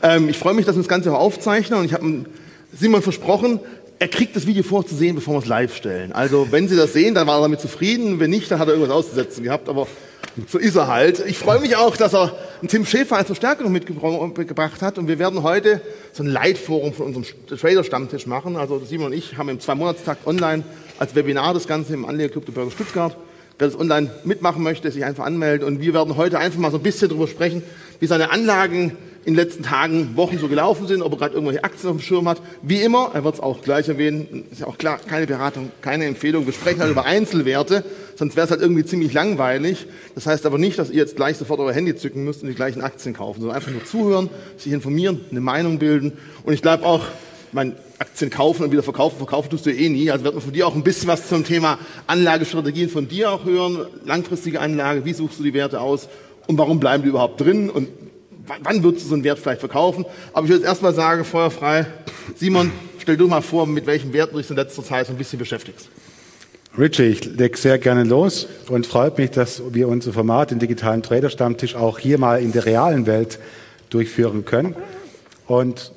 Ich freue mich, dass wir das Ganze auch aufzeichnen und ich habe Simon versprochen, er kriegt das Video vorzusehen, bevor wir es live stellen. Also wenn Sie das sehen, dann war er damit zufrieden, wenn nicht, dann hat er irgendwas auszusetzen gehabt, aber so ist er halt. Ich freue mich auch, dass er einen Tim Schäfer als Verstärkung mitgebracht hat und wir werden heute so ein Leitforum von unserem Trader-Stammtisch machen. Also Simon und ich haben im 2-Monatstakt online als Webinar das Ganze im Anlegerclub der Börse Stuttgart. Wer das online mitmachen möchte, sich einfach anmelden und wir werden heute einfach mal so ein bisschen darüber sprechen, wie seine Anlagen in den letzten Tagen, Wochen so gelaufen sind, ob er gerade irgendwelche Aktien auf dem Schirm hat. Wie immer, er wird es auch gleich erwähnen, ist ja auch klar, keine Beratung, keine Empfehlung. Wir sprechen halt über Einzelwerte, sonst wäre es halt irgendwie ziemlich langweilig. Das heißt aber nicht, dass ihr jetzt gleich sofort euer Handy zücken müsst und die gleichen Aktien kaufen, sondern einfach nur zuhören, sich informieren, eine Meinung bilden. Und ich glaube auch, Aktien kaufen und wieder verkaufen tust du eh nie. Also wird man von dir auch ein bisschen was zum Thema Anlagestrategien von dir auch hören. Langfristige Anlage, wie suchst du die Werte aus und warum bleiben die überhaupt drin und wann würdest du so einen Wert vielleicht verkaufen? Aber ich würde jetzt erstmal sagen, feuerfrei, Simon, stell du mal vor, mit welchen Werten du dich in letzter Zeit so ein bisschen beschäftigst. Richie, ich lege sehr gerne los und freut mich, dass wir unser Format, den digitalen Trader-Stammtisch, auch hier mal in der realen Welt durchführen können. Und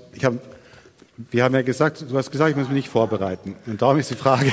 wir haben ja gesagt, du hast gesagt, ich muss mich nicht vorbereiten. Und darum ist die Frage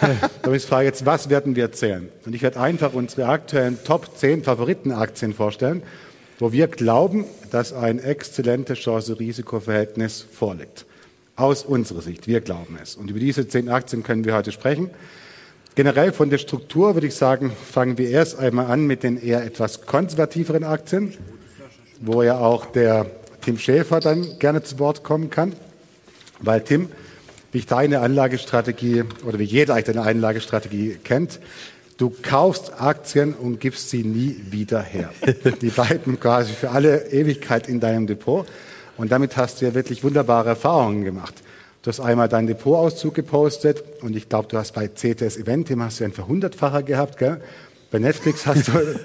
jetzt, was werden wir erzählen? Und ich werde einfach unsere aktuellen Top 10 Favoritenaktien vorstellen, wo wir glauben, dass ein exzellentes Chance-Risiko-Verhältnis vorliegt. Aus unserer Sicht, wir glauben es. Und über diese 10 Aktien können wir heute sprechen. Generell von der Struktur würde ich sagen, fangen wir erst einmal an mit den eher etwas konservativeren Aktien, wo ja auch der Tim Schäfer dann gerne zu Wort kommen kann. Weil Tim, wie ich deine Anlagestrategie oder wie jeder eigentlich deine Anlagestrategie kennt, du kaufst Aktien und gibst sie nie wieder her. Die bleiben quasi für alle Ewigkeit in deinem Depot. Und damit hast du ja wirklich wunderbare Erfahrungen gemacht. Du hast einmal deinen Depotauszug gepostet und ich glaube, du hast bei CTS Eventim hast du einen Verhundertfacher gehabt, gell? Bei Netflix hast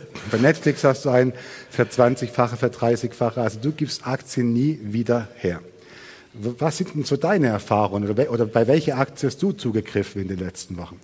du einen Ver-20-fache, Ver-30-fache. Also du gibst Aktien nie wieder her. Was sind denn so deine Erfahrungen oder bei welcher Aktie hast du zugegriffen in den letzten Wochen?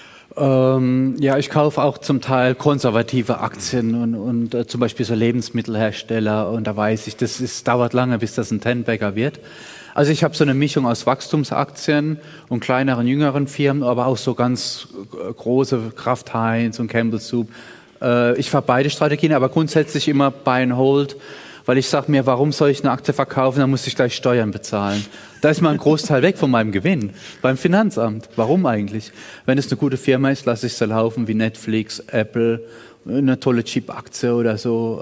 Ja, ich kaufe auch zum Teil konservative Aktien und zum Beispiel so Lebensmittelhersteller und da weiß ich, dauert lange, bis das ein Ten-Bagger wird. Also ich habe so eine Mischung aus Wachstumsaktien und kleineren, jüngeren Firmen, aber auch so ganz große Kraft Heinz und Campbell Soup. Ich fahre beide Strategien, aber grundsätzlich immer Buy and Hold, weil ich sage mir, warum soll ich eine Aktie verkaufen, dann muss ich gleich Steuern bezahlen. Da ist mal ein Großteil weg von meinem Gewinn beim Finanzamt. Warum eigentlich? Wenn es eine gute Firma ist, lasse ich sie laufen wie Netflix, Apple, eine tolle Chip-Aktie oder so.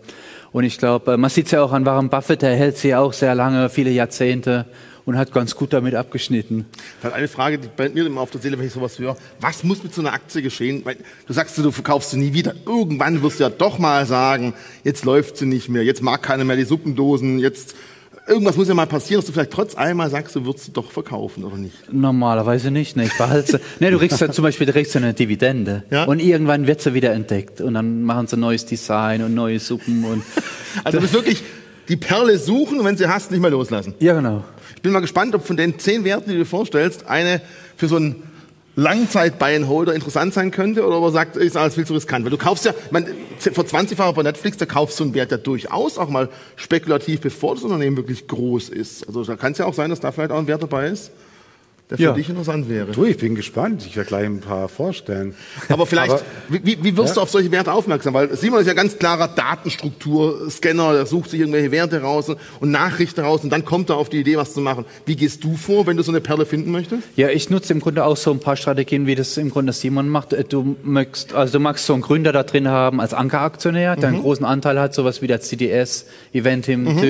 Und ich glaube, man sieht es ja auch an Warren Buffett, der hält sie ja auch sehr lange, viele Jahrzehnte und hat ganz gut damit abgeschnitten. Das ist eine Frage, die brennt mir immer auf der Seele, wenn ich sowas höre. Was muss mit so einer Aktie geschehen? Weil du sagst, du verkaufst sie nie wieder. Irgendwann wirst du ja doch mal sagen, jetzt läuft sie nicht mehr, jetzt mag keiner mehr die Suppendosen, jetzt irgendwas muss ja mal passieren, dass du vielleicht trotz allem mal sagst, du würdest sie doch verkaufen, oder nicht? Normalerweise nicht, ne? Ich behalte sie. Ne, du kriegst ja zum Beispiel eine Dividende. Ja? Und irgendwann wird sie wieder entdeckt. Und dann machen sie ein neues Design und neue Suppen. Und also du bist wirklich die Perle suchen und wenn sie hast, nicht mehr loslassen. Ja, genau. Ich bin mal gespannt, ob von den 10 Werten, die du dir vorstellst, eine für so einen Langzeit-Buy-and-Holder interessant sein könnte oder ob er sagt, ist alles viel zu riskant. Weil du kaufst ja, vor 20 Jahren bei Netflix, da kaufst du einen Wert ja durchaus auch mal spekulativ, bevor das Unternehmen wirklich groß ist. Also da kann es ja auch sein, dass da vielleicht auch ein Wert dabei ist, der für dich interessant wäre. Du, ich bin gespannt. Ich werde gleich ein paar vorstellen. Aber vielleicht, wie wirst du auf solche Werte aufmerksam? Weil Simon ist ja ganz klarer Datenstruktur-Scanner, der sucht sich irgendwelche Werte raus und Nachrichten raus und dann kommt er auf die Idee, was zu machen. Wie gehst du vor, wenn du so eine Perle finden möchtest? Ja, ich nutze im Grunde auch so ein paar Strategien, wie das im Grunde Simon macht. Du magst so einen Gründer da drin haben als Ankeraktionär, der einen großen Anteil hat, sowas wie der CDS, Eventim-Typ.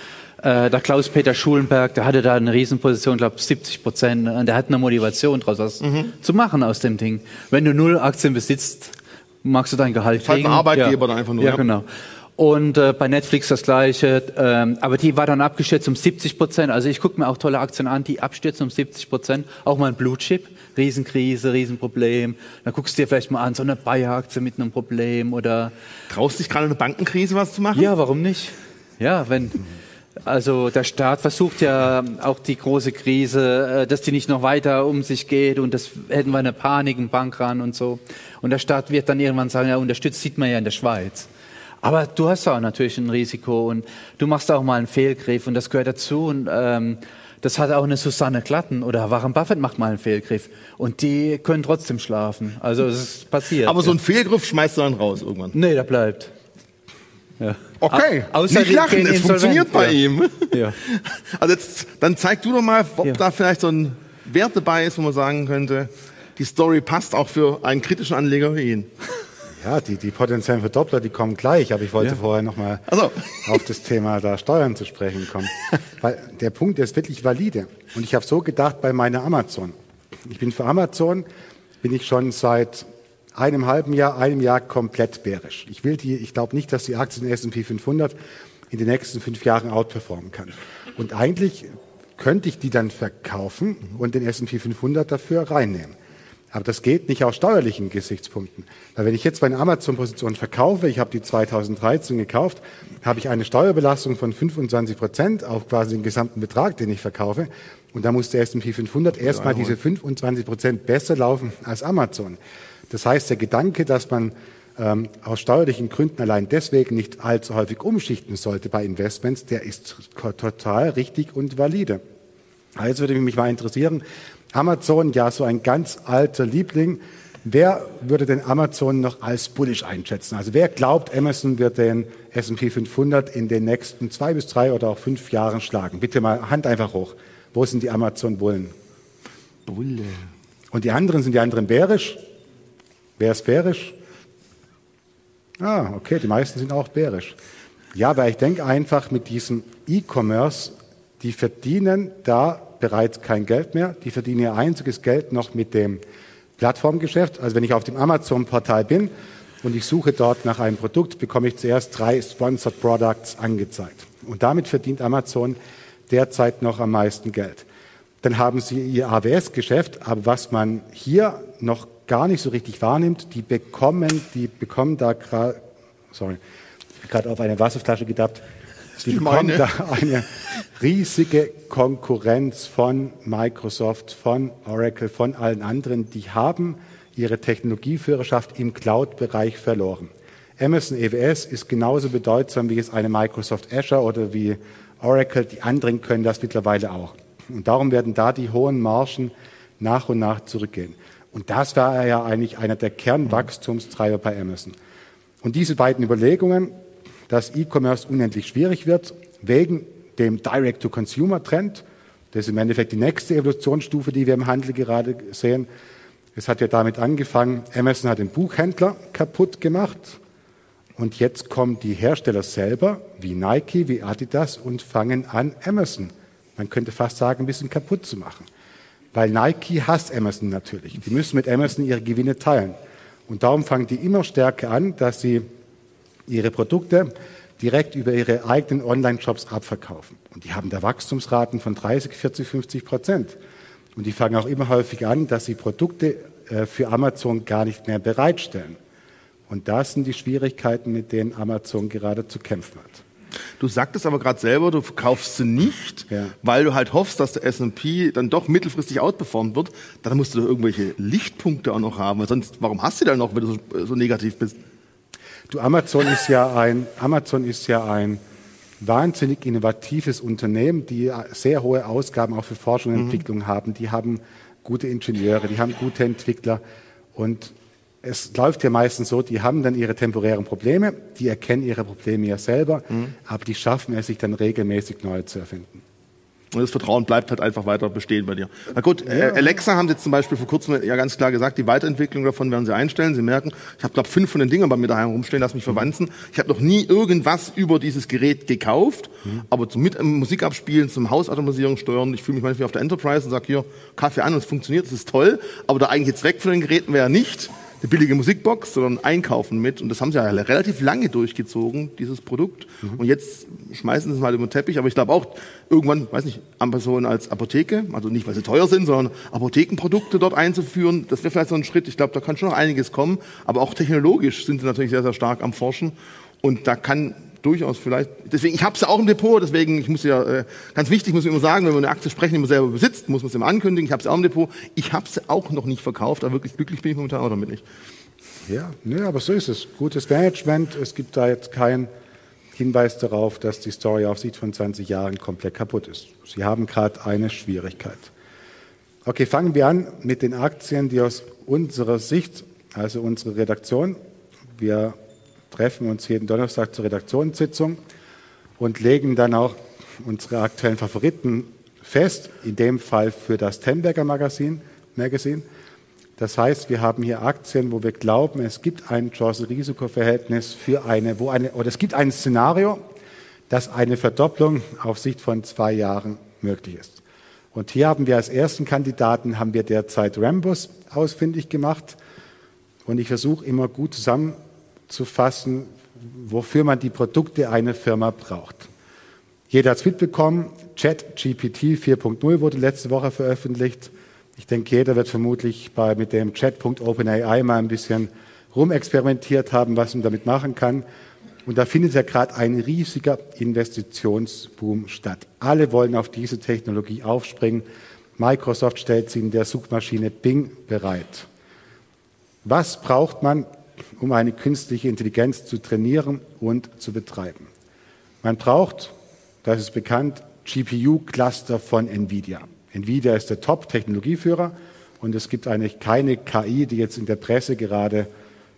Der Klaus-Peter Schulenberg, der hatte da eine Riesenposition, glaube 70%. Der hat eine Motivation draus, was zu machen aus dem Ding. Wenn du 0 Aktien besitzt, magst du dein Gehalt kriegen. Das ist halt ein Arbeitgeber da einfach nur. Ja, genau. Und bei Netflix das Gleiche. Aber die war dann abgestürzt um 70%. Also ich gucke mir auch tolle Aktien an, die abstürzen um 70%. Auch mal ein Blue Chip, Riesenkrise, Riesenproblem. Dann guckst du dir vielleicht mal an, so eine Bayer-Aktie mit einem Problem oder... Traust dich gerade eine Bankenkrise was zu machen? Ja, warum nicht? Ja, also der Staat versucht ja auch die große Krise, dass die nicht noch weiter um sich geht und das hätten wir eine Panik, einen Bankrun und so. Und der Staat wird dann irgendwann sagen, ja, unterstützt, sieht man ja in der Schweiz. Aber du hast auch natürlich ein Risiko und du machst auch mal einen Fehlgriff und das gehört dazu. Und das hat auch eine Susanne Glatten oder Warren Buffett macht mal einen Fehlgriff und die können trotzdem schlafen. Also es ist passiert. Aber so ein Fehlgriff schmeißt du dann raus irgendwann. Nee, der bleibt. Ja. Okay, Außer nicht lachen, es funktioniert bei ihm. Ja. Also jetzt, dann zeig du doch mal, ob da vielleicht so ein Wert dabei ist, wo man sagen könnte, die Story passt auch für einen kritischen Anleger wie ihn. Ja, die potenziellen Verdoppler, die kommen gleich, aber ich wollte vorher nochmal auf das Thema da Steuern zu sprechen kommen. Weil der Punkt ist wirklich valide. Und ich habe so gedacht bei meiner Amazon. Ich bin für Amazon, bin ich schon seit einem Jahr komplett bärisch. Ich glaube nicht, dass die Aktie den S&P 500 in den nächsten 5 Jahren outperformen kann. Und eigentlich könnte ich die dann verkaufen und den S&P 500 dafür reinnehmen. Aber das geht nicht aus steuerlichen Gesichtspunkten. Weil wenn ich jetzt meine Amazon-Position verkaufe, ich habe die 2013 gekauft, habe ich eine Steuerbelastung von 25% auf quasi den gesamten Betrag, den ich verkaufe. Und da muss der S&P 500 erstmal diese 25% besser laufen als Amazon. Das heißt, der Gedanke, dass man aus steuerlichen Gründen allein deswegen nicht allzu häufig umschichten sollte bei Investments, der ist total richtig und valide. Also würde mich mal interessieren, Amazon, ja, so ein ganz alter Liebling. Wer würde denn Amazon noch als bullish einschätzen? Also wer glaubt, Amazon wird den S&P 500 in den nächsten 2 bis 3 oder auch 5 Jahren schlagen? Bitte mal Hand einfach hoch. Wo sind die Amazon-Bullen? Bulle. Und sind die anderen bärisch? Wer ist bärisch? Ah, okay, die meisten sind auch bärisch. Ja, weil ich denke einfach mit diesem E-Commerce, die verdienen da bereits kein Geld mehr. Die verdienen ihr einziges Geld noch mit dem Plattformgeschäft. Also wenn ich auf dem Amazon-Portal bin und ich suche dort nach einem Produkt, bekomme ich zuerst 3 Sponsored Products angezeigt. Und damit verdient Amazon derzeit noch am meisten Geld. Dann haben sie ihr AWS-Geschäft, aber was man hier noch gar nicht so richtig wahrnimmt, die bekommen da gerade, ich habe gerade auf eine Wasserflasche gedappt, die bekommen da eine riesige Konkurrenz von Microsoft, von Oracle, von allen anderen. Die haben ihre Technologieführerschaft im Cloud-Bereich verloren. Amazon EWS ist genauso bedeutsam wie es eine Microsoft Azure oder wie Oracle. Die anderen können das mittlerweile auch. Und darum werden da die hohen Margen nach und nach zurückgehen. Und das war ja eigentlich einer der Kernwachstumstreiber bei Amazon. Und diese beiden Überlegungen, dass E-Commerce unendlich schwierig wird, wegen dem Direct-to-Consumer-Trend. Das ist im Endeffekt die nächste Evolutionsstufe, die wir im Handel gerade sehen. Es hat ja damit angefangen, Amazon hat den Buchhändler kaputt gemacht und jetzt kommen die Hersteller selber, wie Nike, wie Adidas und fangen an, Amazon, man könnte fast sagen, ein bisschen kaputt zu machen. Weil Nike hasst Amazon natürlich. Die müssen mit Amazon ihre Gewinne teilen. Und darum fangen die immer stärker an, dass sie ihre Produkte direkt über ihre eigenen Online-Shops abverkaufen. Und die haben da Wachstumsraten von 30, 40, 50%. Und die fangen auch immer häufiger an, dass sie Produkte für Amazon gar nicht mehr bereitstellen. Und das sind die Schwierigkeiten, mit denen Amazon gerade zu kämpfen hat. Du sagtest aber gerade selber, du verkaufst sie nicht, weil du halt hoffst, dass der S&P dann doch mittelfristig outperformt wird. Dann musst du doch irgendwelche Lichtpunkte auch noch haben. Sonst, warum hast du die dann noch, wenn du so negativ bist? Du, Amazon ist ja ein wahnsinnig innovatives Unternehmen, die sehr hohe Ausgaben auch für Forschung und Entwicklung haben. Die haben gute Ingenieure, die haben gute Entwickler und es läuft ja meistens so, die haben dann ihre temporären Probleme, die erkennen ihre Probleme ja selber, aber die schaffen es, sich dann regelmäßig neu zu erfinden. Und das Vertrauen bleibt halt einfach weiter bestehen bei dir. Na gut, Alexa haben sie jetzt zum Beispiel vor kurzem ja ganz klar gesagt, die Weiterentwicklung davon werden sie einstellen. Sie merken, ich habe glaube 5 von den Dingern bei mir daheim rumstehen, lass mich verwanzen. Ich habe noch nie irgendwas über dieses Gerät gekauft, aber zum Musik abspielen, zum Hausautomatisierung steuern, ich fühle mich manchmal auf der Enterprise und sage hier, Kaffee an und es funktioniert, das ist toll, aber der eigentliche Zweck von den Geräten wäre nicht eine billige Musikbox, sondern einkaufen mit. Und das haben sie ja relativ lange durchgezogen, dieses Produkt. Und jetzt schmeißen sie es mal über den Teppich. Aber ich glaube auch, irgendwann, weiß nicht, Amazon als Apotheke, also nicht, weil sie teuer sind, sondern Apothekenprodukte dort einzuführen, das wäre vielleicht so ein Schritt. Ich glaube, da kann schon noch einiges kommen. Aber auch technologisch sind sie natürlich sehr, sehr stark am Forschen. Und da kann durchaus vielleicht, deswegen, ich habe sie auch im Depot, deswegen, ich muss ja, ganz wichtig, muss ich immer sagen, wenn man eine Aktie sprechen, die man selber besitzt, muss man es immer ankündigen, ich habe sie auch im Depot, ich habe sie auch noch nicht verkauft, aber wirklich glücklich bin ich momentan auch damit nicht. Ja, nee, aber so ist es. Gutes Management, es gibt da jetzt keinen Hinweis darauf, dass die Story auf Sicht von 20 Jahren komplett kaputt ist. Sie haben gerade eine Schwierigkeit. Okay, fangen wir an mit den Aktien, die aus unserer Sicht, also unsere Redaktion, wir treffen uns jeden Donnerstag zur Redaktionssitzung und legen dann auch unsere aktuellen Favoriten fest, in dem Fall für das Tenberger Magazin. Das heißt, wir haben hier Aktien, wo wir glauben, es gibt ein Chance-Risiko-Verhältnis oder es gibt ein Szenario, dass eine Verdopplung auf Sicht von 2 Jahren möglich ist. Und hier haben wir als ersten Kandidaten derzeit Rambus ausfindig gemacht. Und ich versuche immer gut zusammenzufassen, wofür man die Produkte einer Firma braucht. Jeder hat es mitbekommen, ChatGPT 4.0 wurde letzte Woche veröffentlicht. Ich denke, jeder wird vermutlich mit dem Chat.openAI mal ein bisschen rumexperimentiert haben, was man damit machen kann. Und da findet ja gerade ein riesiger Investitionsboom statt. Alle wollen auf diese Technologie aufspringen. Microsoft stellt sie in der Suchmaschine Bing bereit. Was braucht man, um eine künstliche Intelligenz zu trainieren und zu betreiben? Man braucht, das ist bekannt, GPU-Cluster von NVIDIA. NVIDIA ist der Top-Technologieführer und es gibt eigentlich keine KI, die jetzt in der Presse gerade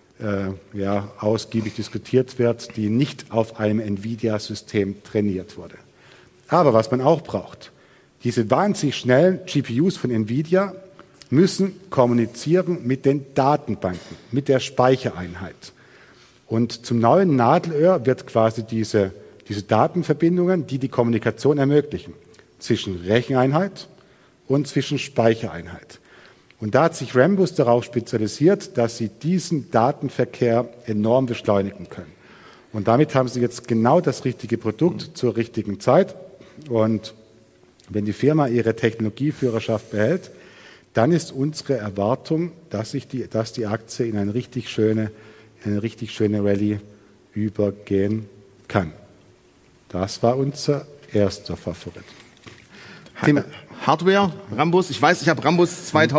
ausgiebig diskutiert wird, die nicht auf einem NVIDIA-System trainiert wurde. Aber was man auch braucht, diese wahnsinnig schnellen GPUs von NVIDIA müssen kommunizieren mit den Datenbanken, mit der Speichereinheit. Und zum neuen Nadelöhr wird quasi diese Datenverbindungen, die Kommunikation ermöglichen, zwischen Recheneinheit und zwischen Speichereinheit. Und da hat sich Rambus darauf spezialisiert, dass sie diesen Datenverkehr enorm beschleunigen können. Und damit haben sie jetzt genau das richtige Produkt zur richtigen Zeit. Und wenn die Firma ihre Technologieführerschaft behält, dann ist unsere Erwartung, dass die Aktie in eine richtig schöne Rallye übergehen kann. Das war unser erster Favorit. Hardware, Rambus. Ich weiß, ich habe Rambus war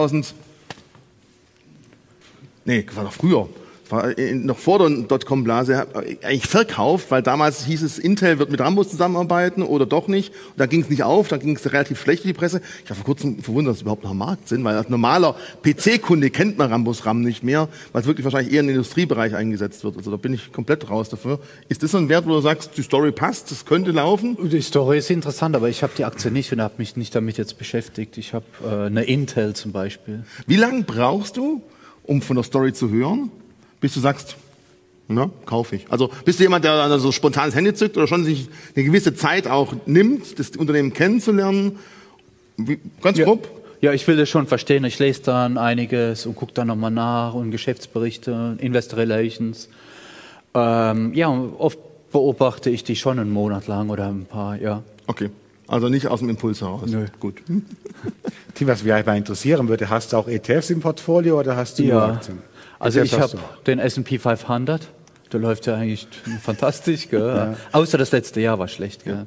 noch früher. War noch vor der Dotcom-Blase, eigentlich verkauft, weil damals hieß es, Intel wird mit Rambus zusammenarbeiten oder doch nicht. Und da ging es nicht auf, da ging es relativ schlecht in die Presse. Ich war vor kurzem verwundert, dass sie überhaupt noch am Markt sind, weil als normaler PC-Kunde kennt man Rambus-RAM nicht mehr, weil es wirklich wahrscheinlich eher in den Industriebereich eingesetzt wird. Also da bin ich komplett raus dafür. Ist das ein Wert, wo du sagst, die Story passt, das könnte laufen? Die Story ist interessant, aber ich habe die Aktie nicht und habe mich nicht damit jetzt beschäftigt. Ich habe eine Intel zum Beispiel. Wie lange brauchst du, um von der Story zu hören, bis du sagst, na, kaufe ich? Also bist du jemand, der so spontan das Handy zückt oder schon sich eine gewisse Zeit auch nimmt, das Unternehmen kennenzulernen? Ganz grob? Ja, ich will das schon verstehen. Ich lese dann einiges und gucke dann nochmal nach und Geschäftsberichte, Investor Relations. Und oft beobachte ich die schon einen Monat lang oder ein paar, ja. Okay, also nicht aus dem Impuls heraus. Nö. Gut. Tim, was mich mal interessieren würde, hast du auch ETFs im Portfolio oder hast du nur Aktien? Also ich habe den S&P 500, der läuft ja eigentlich fantastisch, gell? Ja. Außer das letzte Jahr war schlecht. Gell?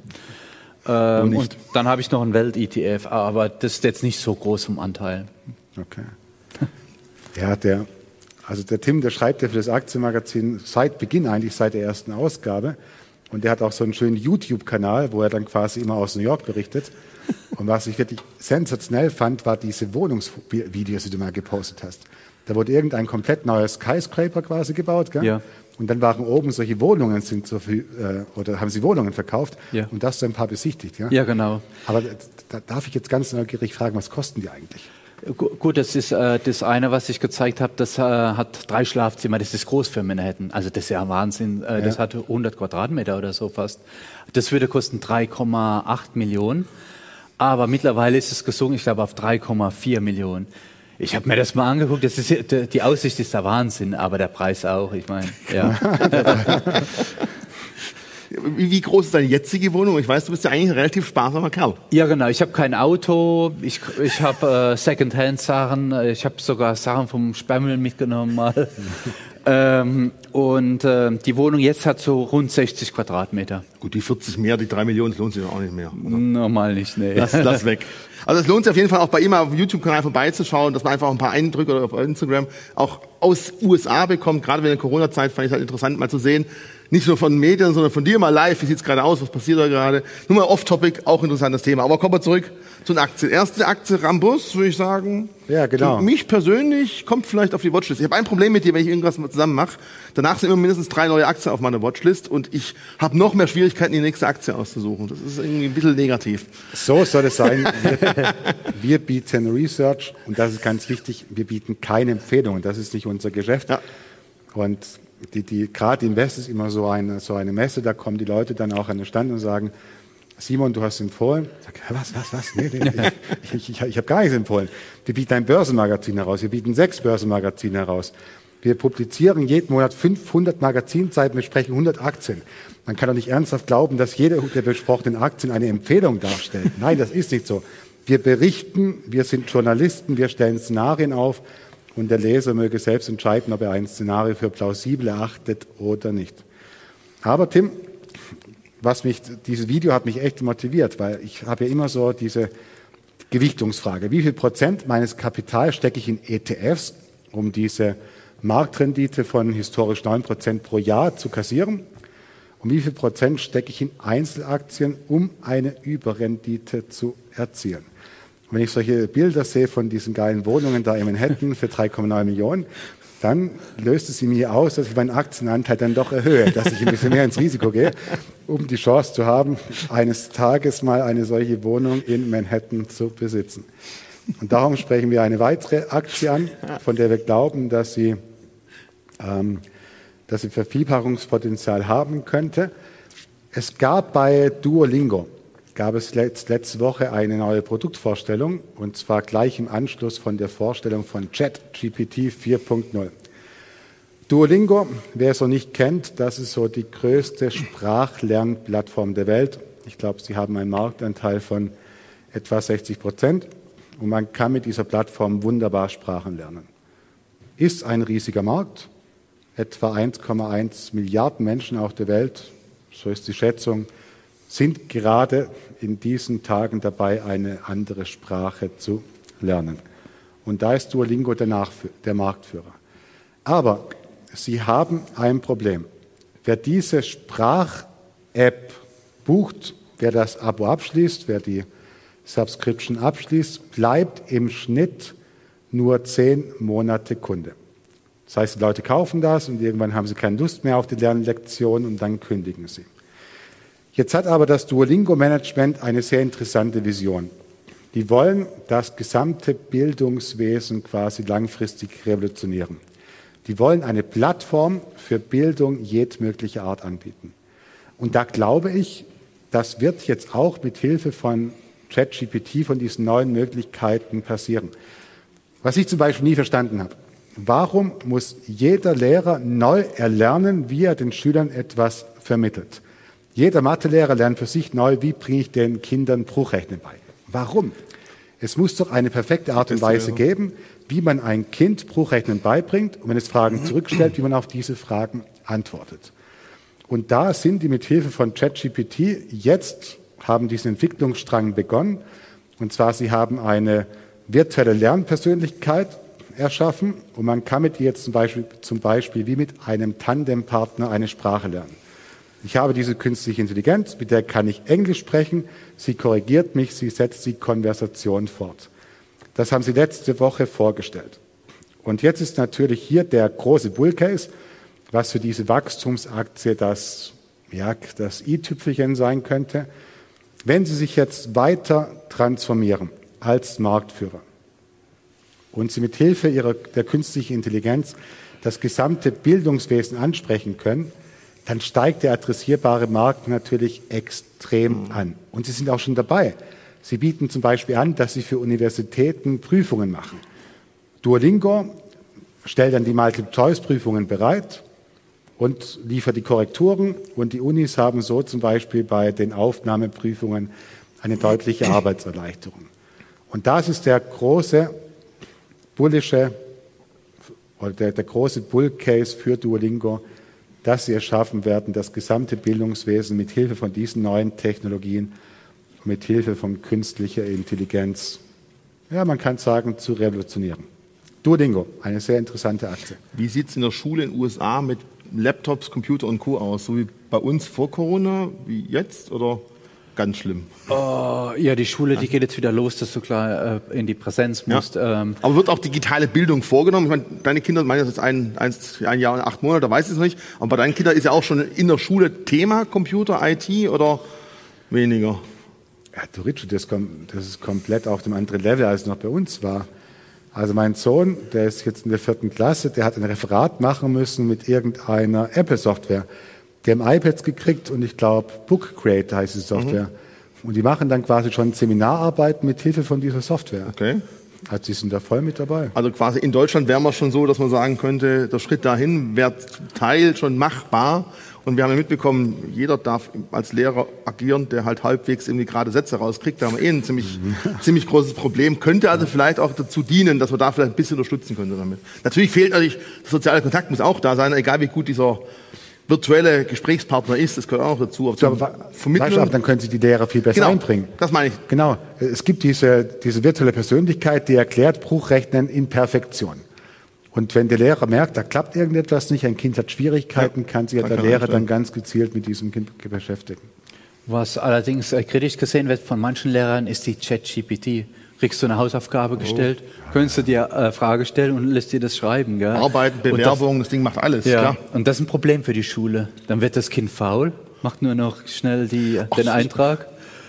Und dann habe ich noch einen Welt-ETF, aber das ist jetzt nicht so groß vom Anteil. Okay. Ja, der Tim, der schreibt ja für das Aktienmagazin seit Beginn eigentlich, seit der ersten Ausgabe. Und der hat auch so einen schönen YouTube-Kanal, wo er dann quasi immer aus New York berichtet. Und was ich wirklich sensationell fand, war diese Wohnungsvideos, die du mal gepostet hast. Da wurde irgendein komplett neues Skyscraper quasi gebaut, gell? Ja. Und dann waren oben solche Wohnungen, oder haben sie Wohnungen verkauft, ja. Und das so ein paar besichtigt, ja? Ja, genau. Aber da darf ich jetzt ganz neugierig fragen, was kosten die eigentlich? Gut, das ist das eine, was ich gezeigt habe, das hat 3 Schlafzimmer, das ist groß für Manhattan. Also das ist ja Wahnsinn, das hatte 100 Quadratmeter oder so fast. Das würde kosten 3,8 Millionen, aber mittlerweile ist es gesunken, ich glaube, auf 3,4 Millionen. Ich habe mir das mal angeguckt, das ist, die Aussicht ist der Wahnsinn, aber der Preis auch, ich meine, ja. Wie groß ist deine jetzige Wohnung? Ich weiß, du bist ja eigentlich ein relativ sparsamer Kerl. Ja, genau. Ich habe kein Auto, ich habe Secondhand-Sachen, ich habe sogar Sachen vom Sperrmüll mitgenommen mal. Die Wohnung jetzt hat so rund 60 Quadratmeter. Gut, die 40 mehr, die 3 Millionen, das lohnt sich auch nicht mehr. Oder? Normal nicht, nee. Lass weg. Also es lohnt sich auf jeden Fall auch bei ihm auf dem YouTube-Kanal vorbeizuschauen, dass man einfach ein paar Eindrücke oder auf Instagram auch aus USA bekommt. Gerade in der Corona-Zeit fand ich es halt interessant, mal zu sehen, nicht nur von Medien, sondern von dir mal live. Wie sieht's gerade aus? Was passiert da gerade? Nur mal off-topic, auch interessantes Thema. Aber kommen wir zurück zu den Aktien. Erste Aktie Rambus, würde ich sagen. Ja, genau. Für mich persönlich kommt vielleicht auf die Watchlist. Ich habe ein Problem mit dir, wenn ich irgendwas zusammen mache. Danach sind immer mindestens 3 neue Aktien auf meiner Watchlist und ich habe noch mehr Schwierigkeiten, die nächste Aktie auszusuchen. Das ist irgendwie ein bisschen negativ. So soll es sein. Wir bieten Research und das ist ganz wichtig, wir bieten keine Empfehlungen. Das ist nicht unser Geschäft. Ja. Und gerade Invest ist immer so eine Messe, da kommen die Leute dann auch an den Stand und sagen, Simon, du hast empfohlen. Ich sage, was? Nee, ich habe gar nichts empfohlen. Wir bieten ein Börsenmagazin heraus, wir bieten 6 Börsenmagazine heraus. Wir publizieren jeden Monat 500 Magazinseiten, wir sprechen 100 Aktien. Man kann doch nicht ernsthaft glauben, dass jede der besprochenen Aktien eine Empfehlung darstellt. Nein, das ist nicht so. Wir berichten, wir sind Journalisten, wir stellen Szenarien auf und der Leser möge selbst entscheiden, ob er ein Szenario für plausibel erachtet oder nicht. Aber Tim, dieses Video hat mich echt motiviert, weil ich habe ja immer so diese Gewichtungsfrage. Wie viel Prozent meines Kapitals stecke ich in ETFs, um diese Marktrendite von historisch 9% pro Jahr zu kassieren? Und wie viel Prozent stecke ich in Einzelaktien, um eine Überrendite zu erzielen? Und wenn ich solche Bilder sehe von diesen geilen Wohnungen da in Manhattan für 3,9 Millionen, dann löst es in mir aus, dass ich meinen Aktienanteil dann doch erhöhe, dass ich ein bisschen mehr ins Risiko gehe, um die Chance zu haben, eines Tages mal eine solche Wohnung in Manhattan zu besitzen. Und darum sprechen wir eine weitere Aktie an, von der wir glauben, dass sie Vervielfachungspotenzial haben könnte. Es gab bei Duolingo, letzte Woche eine neue Produktvorstellung, und zwar gleich im Anschluss von der Vorstellung von ChatGPT 4.0. Duolingo, wer es so nicht kennt, das ist so die größte Sprachlernplattform der Welt. Ich glaube, sie haben einen Marktanteil von etwa 60% und man kann mit dieser Plattform wunderbar Sprachen lernen. Ist ein riesiger Markt, etwa 1,1 Milliarden Menschen auf der Welt, so ist die Schätzung, sind gerade in diesen Tagen dabei, eine andere Sprache zu lernen. Und da ist Duolingo der Marktführer. Aber sie haben ein Problem. Wer diese Sprach-App bucht, wer das Abo abschließt, wer die Subscription abschließt, bleibt im Schnitt nur 10 Monate Kunde. Das heißt, die Leute kaufen das und irgendwann haben sie keine Lust mehr auf die Lernlektion und dann kündigen sie. Jetzt hat aber das Duolingo-Management eine sehr interessante Vision. Die wollen das gesamte Bildungswesen quasi langfristig revolutionieren. Die wollen eine Plattform für Bildung jedmöglicher Art anbieten. Und da glaube ich, das wird jetzt auch mit Hilfe von ChatGPT, von diesen neuen Möglichkeiten passieren. Was ich zum Beispiel nie verstanden habe. Warum muss jeder Lehrer neu erlernen, wie er den Schülern etwas vermittelt? Jeder Mathelehrer lernt für sich neu, wie bringe ich den Kindern Bruchrechnen bei. Warum? Es muss doch eine perfekte Art und Weise geben, wie man ein Kind Bruchrechnen beibringt und wenn es Fragen zurückstellt, wie man auf diese Fragen antwortet. Und da sind die mit Hilfe von ChatGPT jetzt, haben diesen Entwicklungsstrang begonnen. Und zwar, sie haben eine virtuelle Lernpersönlichkeit erschaffen und man kann mit ihr jetzt zum Beispiel wie mit einem Tandempartner eine Sprache lernen. Ich habe diese künstliche Intelligenz, mit der kann ich Englisch sprechen, sie korrigiert mich, sie setzt die Konversation fort. Das haben sie letzte Woche vorgestellt. Und jetzt ist natürlich hier der große Bullcase, was für diese Wachstumsaktie das i-Tüpfelchen sein könnte, wenn sie sich jetzt weiter transformieren als Marktführer und sie mit Hilfe der künstlichen Intelligenz das gesamte Bildungswesen ansprechen können, dann steigt der adressierbare Markt natürlich extrem an. Und sie sind auch schon dabei. Sie bieten zum Beispiel an, dass sie für Universitäten Prüfungen machen. Duolingo stellt dann die Multiple-Choice-Prüfungen bereit und liefert die Korrekturen. Und die Unis haben so zum Beispiel bei den Aufnahmeprüfungen eine deutliche Arbeitserleichterung. Und das ist der große Bull-Case für Duolingo, dass sie es schaffen werden, das gesamte Bildungswesen mit Hilfe von diesen neuen Technologien, mit Hilfe von künstlicher Intelligenz, ja, man kann sagen, zu revolutionieren. Duolingo, eine sehr interessante Aktie. Wie sieht es in der Schule in den USA mit Laptops, Computer und Co. aus? So wie bei uns vor Corona, wie jetzt oder ganz schlimm? Ja, die Schule, die geht jetzt wieder los, dass du klar in die Präsenz musst. Ja. Aber wird auch digitale Bildung vorgenommen? Ich meine, deine Kinder, meine jetzt ein Jahr und 8 Monate, da weiß ich es nicht. Aber bei deinen Kindern ist ja auch schon in der Schule Thema Computer, IT oder weniger? Ja, du Richard, das ist komplett auf dem anderen Level, als es noch bei uns war. Also mein Sohn, der ist jetzt in der 4. Klasse, der hat ein Referat machen müssen mit irgendeiner Apple-Software. Die haben iPads gekriegt und ich glaube, Book Creator heißt die Software. Und die machen dann quasi schon Seminararbeit mit Hilfe von dieser Software. Okay. Also die sind da voll mit dabei. Also quasi in Deutschland wären wir schon so, dass man sagen könnte, der Schritt dahin wäre zum Teil schon machbar. Und wir haben ja mitbekommen, jeder darf als Lehrer agieren, der halt halbwegs irgendwie gerade Sätze rauskriegt. Da haben wir ein ziemlich großes Problem. Könnte also vielleicht auch dazu dienen, dass wir da vielleicht ein bisschen unterstützen können damit. Natürlich fehlt natürlich, der soziale Kontakt muss auch da sein, egal wie gut dieser virtuelle Gesprächspartner ist, das gehört auch dazu. Aber dann können sich die Lehrer viel besser einbringen. Das meine ich. Genau. Es gibt diese virtuelle Persönlichkeit, die erklärt Bruchrechnen in Perfektion. Und wenn der Lehrer merkt, da klappt irgendetwas nicht, ein Kind hat Schwierigkeiten, kann sich der Lehrer dann ganz gezielt mit diesem Kind beschäftigen. Was allerdings kritisch gesehen wird von manchen Lehrern, ist die ChatGPT. Kriegst du eine Hausaufgabe gestellt, könntest du dir Frage stellen und lässt dir das schreiben. Gell? Arbeiten, Bewerbung, das Ding macht alles. Ja, klar. und das ist ein Problem für die Schule. Dann wird das Kind faul, macht nur noch schnell den Eintrag.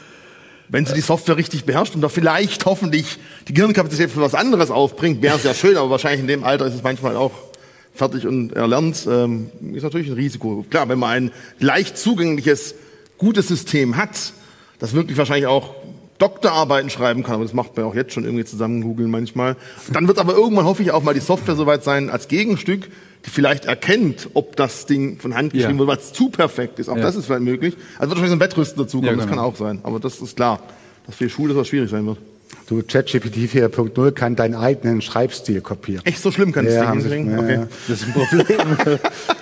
Wenn sie die Software richtig beherrscht und da vielleicht hoffentlich die Gehirnkapazität für was anderes aufbringt, wäre es ja schön, aber wahrscheinlich in dem Alter ist es manchmal auch fertig und erlernt. Ist natürlich ein Risiko. Klar, wenn man ein leicht zugängliches, gutes System hat, das wirklich wahrscheinlich auch Doktorarbeiten schreiben kann, aber das macht man auch jetzt schon irgendwie zusammen googeln manchmal. Dann wird aber irgendwann, hoffe ich, auch mal die Software soweit sein als Gegenstück, die vielleicht erkennt, ob das Ding von Hand geschrieben wurde, weil es zu perfekt ist. Auch das ist vielleicht möglich. Also wird wahrscheinlich so ein Wettrüsten dazukommen, das kann auch sein. Aber das ist klar, dass für die Schule das schwierig sein wird. Du, ChatGPT 4.0 kann deinen eigenen Schreibstil kopieren. Echt so schlimm kann das Ding hinkriegen? Okay. Das ist ein Problem.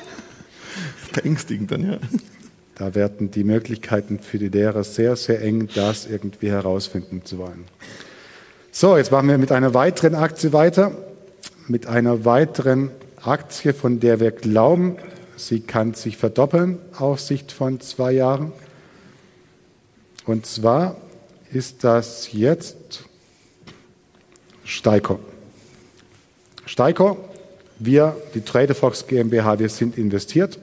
Beängstigend dann, ja. Da werden die Möglichkeiten für die Lehrer sehr, sehr eng, das irgendwie herausfinden zu wollen. So, jetzt machen wir mit einer weiteren Aktie weiter. Mit einer weiteren Aktie, von der wir glauben, sie kann sich verdoppeln auf Sicht von 2 Jahren. Und zwar ist das jetzt Steico. Steico, wir, die Tradefox GmbH, wir sind investiert,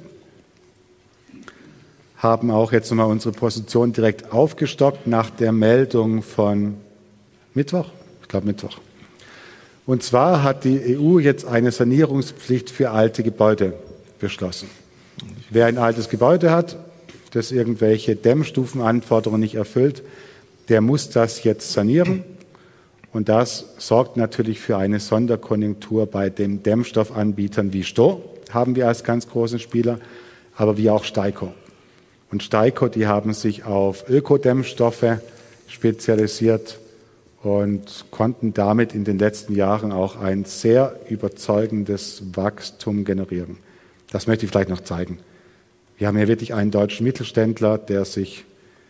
haben auch jetzt nochmal unsere Position direkt aufgestockt nach der Meldung von Mittwoch. Ich glaube Mittwoch. Und zwar hat die EU jetzt eine Sanierungspflicht für alte Gebäude beschlossen. Wer ein altes Gebäude hat, das irgendwelche Dämmstufenanforderungen nicht erfüllt, der muss das jetzt sanieren. Und das sorgt natürlich für eine Sonderkonjunktur bei den Dämmstoffanbietern wie Sto, haben wir als ganz großen Spieler, aber wie auch Steico. Und Steico, die haben sich auf Ökodämmstoffe spezialisiert und konnten damit in den letzten Jahren auch ein sehr überzeugendes Wachstum generieren. Das möchte ich vielleicht noch zeigen. Wir haben hier wirklich einen deutschen Mittelständler, der sich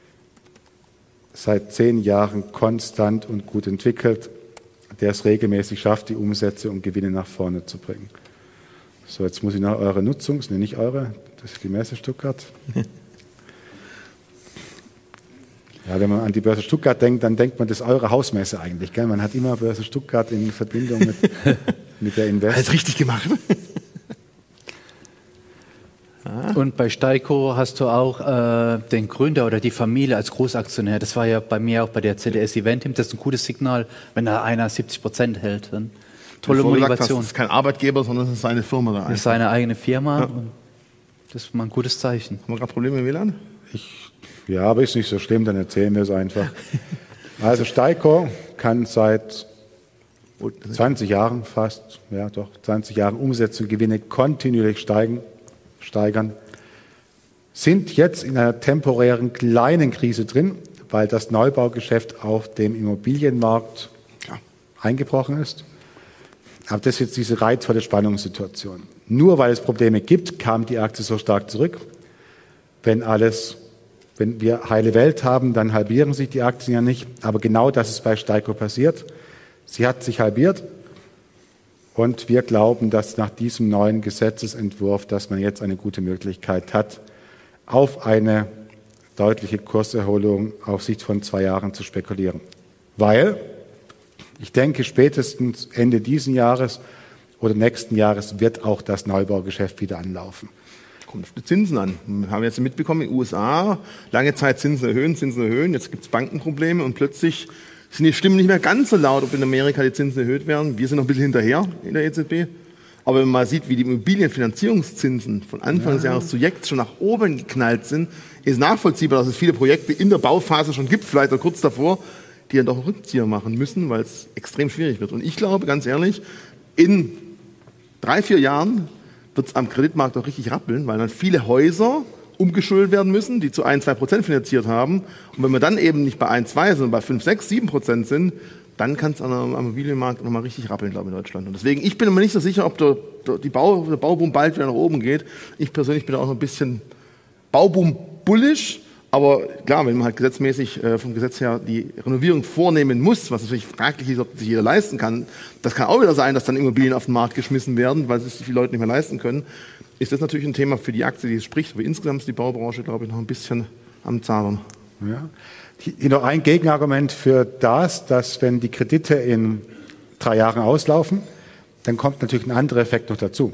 seit 10 Jahren konstant und gut entwickelt, der es regelmäßig schafft, die Umsätze und Gewinne nach vorne zu bringen. So, jetzt muss ich noch eure Nutzung, das ist nicht eure, das ist die Messe Stuttgart. Ja, wenn man an die Börse Stuttgart denkt, dann denkt man, das ist eure Hausmesse eigentlich. Gell? Man hat immer Börse Stuttgart in Verbindung mit der Invest. Alles richtig gemacht. Und bei Steico hast du auch den Gründer oder die Familie als Großaktionär. Das war ja bei mir auch bei der CDS Eventim. Das ist ein gutes Signal, wenn da einer 70% hält. Dann tolle Motivation. Das ist kein Arbeitgeber, sondern das ist seine Firma da. Das ist seine eigene Firma. Ja. Und das ist mal ein gutes Zeichen. Haben wir gerade Probleme mit WLAN? Ja, aber ist nicht so schlimm, dann erzählen wir es einfach. Also Steico kann seit 20 Jahren fast, ja doch, 20 Jahren Umsätze und Gewinne kontinuierlich steigern, sind jetzt in einer temporären kleinen Krise drin, weil das Neubaugeschäft auf dem Immobilienmarkt eingebrochen ist. Aber das ist jetzt diese reizvolle Spannungssituation. Nur weil es Probleme gibt, kam die Aktie so stark zurück. Wenn wir heile Welt haben, dann halbieren sich die Aktien ja nicht. Aber genau das ist bei Steico passiert. Sie hat sich halbiert Und wir glauben, dass nach diesem neuen Gesetzesentwurf, dass man jetzt eine gute Möglichkeit hat, auf eine deutliche Kurserholung auf Sicht von 2 Jahren zu spekulieren. Weil, ich denke, spätestens Ende diesen Jahres oder nächsten Jahres wird auch das Neubaugeschäft wieder anlaufen. Kommt auf die Zinsen an. Wir haben jetzt mitbekommen, in den USA, lange Zeit Zinsen erhöhen. Jetzt gibt es Bankenprobleme und plötzlich sind die Stimmen nicht mehr ganz so laut, ob in Amerika die Zinsen erhöht werden. Wir sind noch ein bisschen hinterher in der EZB. Aber wenn man mal sieht, wie die Immobilienfinanzierungszinsen von Anfang des Jahres zu jetzt schon nach oben geknallt sind, ist nachvollziehbar, dass es viele Projekte in der Bauphase schon gibt, vielleicht auch kurz davor, die dann doch einen Rückzieher machen müssen, weil es extrem schwierig wird. Und ich glaube, ganz ehrlich, in 3-4 Jahren wird es am Kreditmarkt auch richtig rappeln, weil dann viele Häuser umgeschuldet werden müssen, die zu 1-2% finanziert haben. Und wenn wir dann eben nicht bei 1-2, sondern bei 5-6-7% sind, dann kann es am Immobilienmarkt nochmal richtig rappeln, glaube ich, in Deutschland. Und deswegen, ich bin mir nicht so sicher, ob der Bauboom bald wieder nach oben geht. Ich persönlich bin auch noch ein bisschen Bauboom-bullisch. Aber klar, wenn man halt gesetzmäßig vom Gesetz her die Renovierung vornehmen muss, was natürlich fraglich ist, ob sich jeder leisten kann, das kann auch wieder sein, dass dann Immobilien auf den Markt geschmissen werden, weil sich die Leute nicht mehr leisten können, ist das natürlich ein Thema für die Aktie, die es spricht. Aber insgesamt ist die Baubranche, glaube ich, noch ein bisschen am Zaudern. Ja. Hier noch ein Gegenargument für das, dass wenn die Kredite in 3 Jahren auslaufen, dann kommt natürlich ein anderer Effekt noch dazu.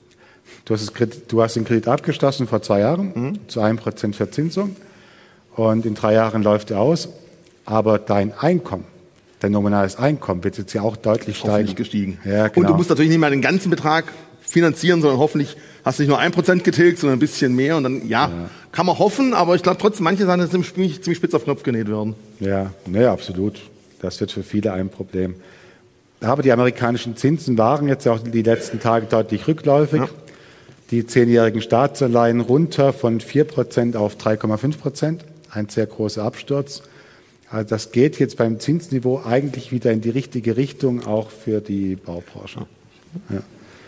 Du hast den Kredit abgeschlossen vor 2 Jahren zu 1% Verzinsung. Und in 3 Jahren läuft er aus, aber dein Einkommen, dein nominales Einkommen wird jetzt ja auch deutlich steigen. Gestiegen. Ja, genau. Und du musst natürlich nicht mal den ganzen Betrag finanzieren, sondern hoffentlich hast du nicht nur 1% getilgt, sondern ein bisschen mehr. Und dann, kann man hoffen, aber ich glaube trotzdem, manche Sachen sind ziemlich spitz auf Knopf genäht werden. Ja, ne, absolut. Das wird für viele ein Problem. Aber die amerikanischen Zinsen waren jetzt auch die letzten Tage deutlich rückläufig. Ja. Die 10-jährigen Staatsanleihen runter von 4% auf 3,5%. Ein sehr großer Absturz. Also das geht jetzt beim Zinsniveau eigentlich wieder in die richtige Richtung, auch für die Baubranche. Ja.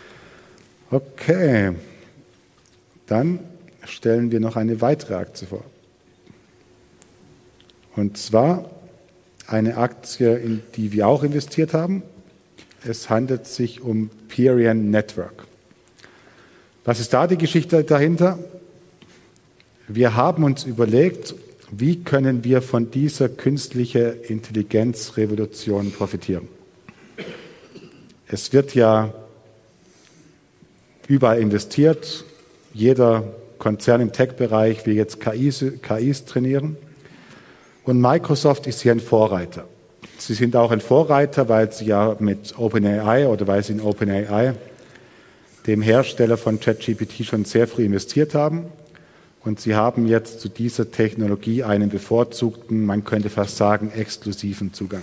Okay, dann stellen wir noch eine weitere Aktie vor. Und zwar eine Aktie, in die wir auch investiert haben. Es handelt sich um Perion Network. Was ist da die Geschichte dahinter? Wir haben uns überlegt, wie können wir von dieser künstlichen Intelligenzrevolution profitieren? Es wird ja überall investiert. Jeder Konzern im Tech-Bereich will jetzt KIs trainieren. Und Microsoft ist hier ein Vorreiter. Sie sind auch ein Vorreiter, weil sie ja mit OpenAI oder weil sie in OpenAI, dem Hersteller von ChatGPT, schon sehr früh investiert haben. Und sie haben jetzt zu dieser Technologie einen bevorzugten, man könnte fast sagen, exklusiven Zugang.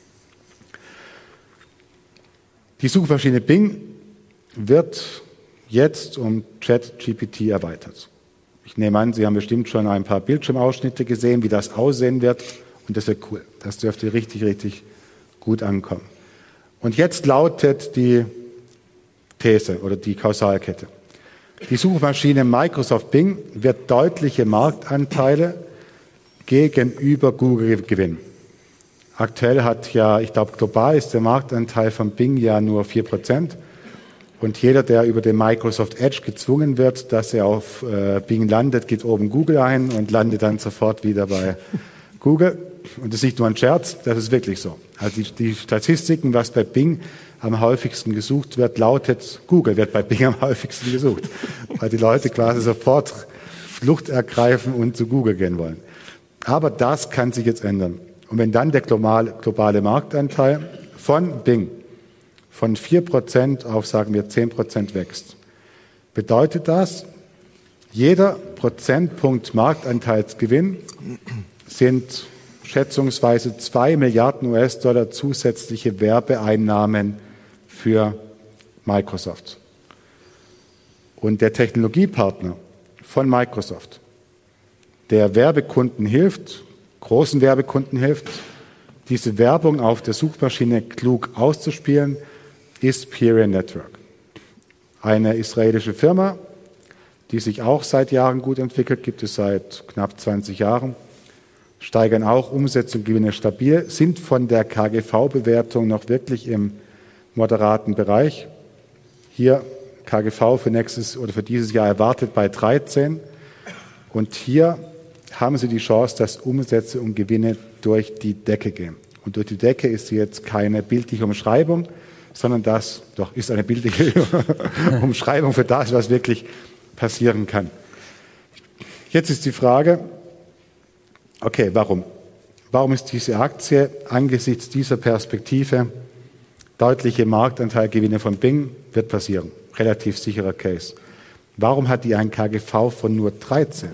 Die Suchmaschine Bing wird jetzt um ChatGPT erweitert. Ich nehme an, Sie haben bestimmt schon ein paar Bildschirmausschnitte gesehen, wie das aussehen wird. Und das wird cool. Das dürfte richtig, richtig gut ankommen. Und jetzt lautet die These oder die Kausalkette. Die Suchmaschine Microsoft Bing wird deutliche Marktanteile gegenüber Google gewinnen. Aktuell hat ja, ich glaube, global ist der Marktanteil von Bing ja nur 4%. Und jeder, der über den Microsoft Edge gezwungen wird, dass er auf Bing landet, gibt oben Google ein und landet dann sofort wieder bei Google. Und das ist nicht nur ein Scherz, das ist wirklich so. Also die Statistiken, was bei Bing am häufigsten gesucht wird, lautet, Google wird bei Bing am häufigsten gesucht, weil die Leute quasi sofort Flucht ergreifen und zu Google gehen wollen. Aber das kann sich jetzt ändern. Und wenn dann der globale Marktanteil von Bing von 4% auf, sagen wir, 10% wächst, bedeutet das, jeder Prozentpunkt Marktanteilsgewinn sind schätzungsweise 2 Milliarden US-Dollar zusätzliche Werbeeinnahmen für Microsoft. Und der Technologiepartner von Microsoft, der Werbekunden hilft, großen Werbekunden hilft, diese Werbung auf der Suchmaschine klug auszuspielen, ist Perion Network. Eine israelische Firma, die sich auch seit Jahren gut entwickelt, gibt es seit knapp 20 Jahren, steigern auch Umsätze und Gewinne stabil, sind von der KGV-Bewertung noch wirklich im moderaten Bereich Hier KGV für nächstes oder für dieses Jahr erwartet bei 13. Und hier haben Sie die Chance, dass Umsätze und Gewinne durch die Decke gehen. Und durch die Decke ist jetzt keine bildliche Umschreibung, sondern das doch ist eine bildliche Umschreibung für das, was wirklich passieren kann. Jetzt ist die Frage, okay, warum? Warum ist diese Aktie angesichts dieser Perspektive deutliche Marktanteilgewinne von Bing? Wird passieren. Relativ sicherer Case. Warum hat die einen KGV von nur 13?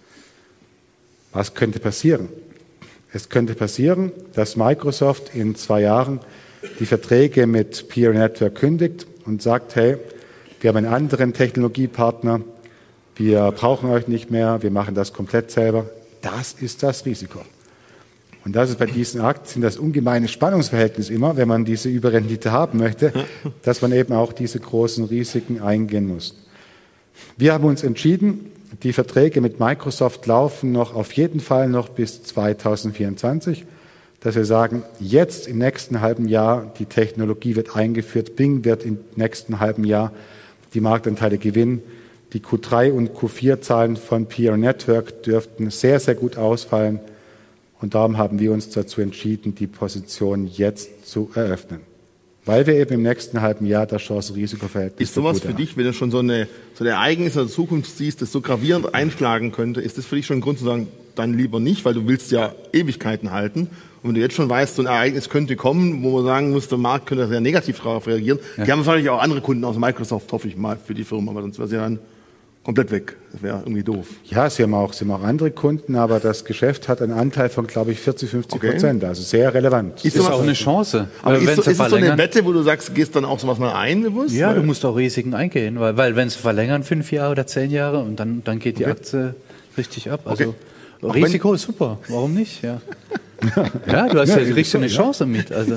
Was könnte passieren? Es könnte passieren, dass Microsoft in 2 Jahren die Verträge mit Peer Network kündigt und sagt, hey, wir haben einen anderen Technologiepartner, wir brauchen euch nicht mehr, wir machen das komplett selber. Das ist das Risiko. Und das ist bei diesen Aktien das ungemeine Spannungsverhältnis immer, wenn man diese Überrendite haben möchte, dass man eben auch diese großen Risiken eingehen muss. Wir haben uns entschieden, die Verträge mit Microsoft laufen noch auf jeden Fall noch bis 2024, dass wir sagen, jetzt im nächsten halben Jahr, die Technologie wird eingeführt, Bing wird im nächsten halben Jahr die Marktanteile gewinnen. Die Q3 und Q4-Zahlen von Peer Network dürften sehr, sehr gut ausfallen. Und darum haben wir uns dazu entschieden, die Position jetzt zu eröffnen. Weil wir eben im nächsten halben Jahr das Chance-Risiko-Verhältnis ist sowas für dich, wenn du schon so ein Ereignis in der Zukunft siehst, das so gravierend einschlagen könnte, ist das für dich schon ein Grund zu sagen, dann lieber nicht, weil du willst ja Ewigkeiten halten. Und wenn du jetzt schon weißt, so ein Ereignis könnte kommen, wo man sagen muss, der Markt könnte sehr negativ darauf reagieren. Ja. Die haben wahrscheinlich auch andere Kunden aus Microsoft, hoffe ich mal, für die Firma, aber sonst wäre sie dann komplett weg. Das wäre irgendwie doof. Ja, sie haben auch andere Kunden, aber das Geschäft hat einen Anteil von, glaube ich, 40-50%. Also sehr relevant. Ist auch eine Chance. Aber ist es so eine Wette, wo du sagst, gehst dann auch sowas mal ein, bewusst? Ja, du musst auch Risiken eingehen, weil wenn sie verlängern 5 Jahre oder 10 Jahre und dann geht die Aktie richtig ab. Also Risiko ist super. Warum nicht? Ja, ja, du hast ja richtig eine Chance mit. Also.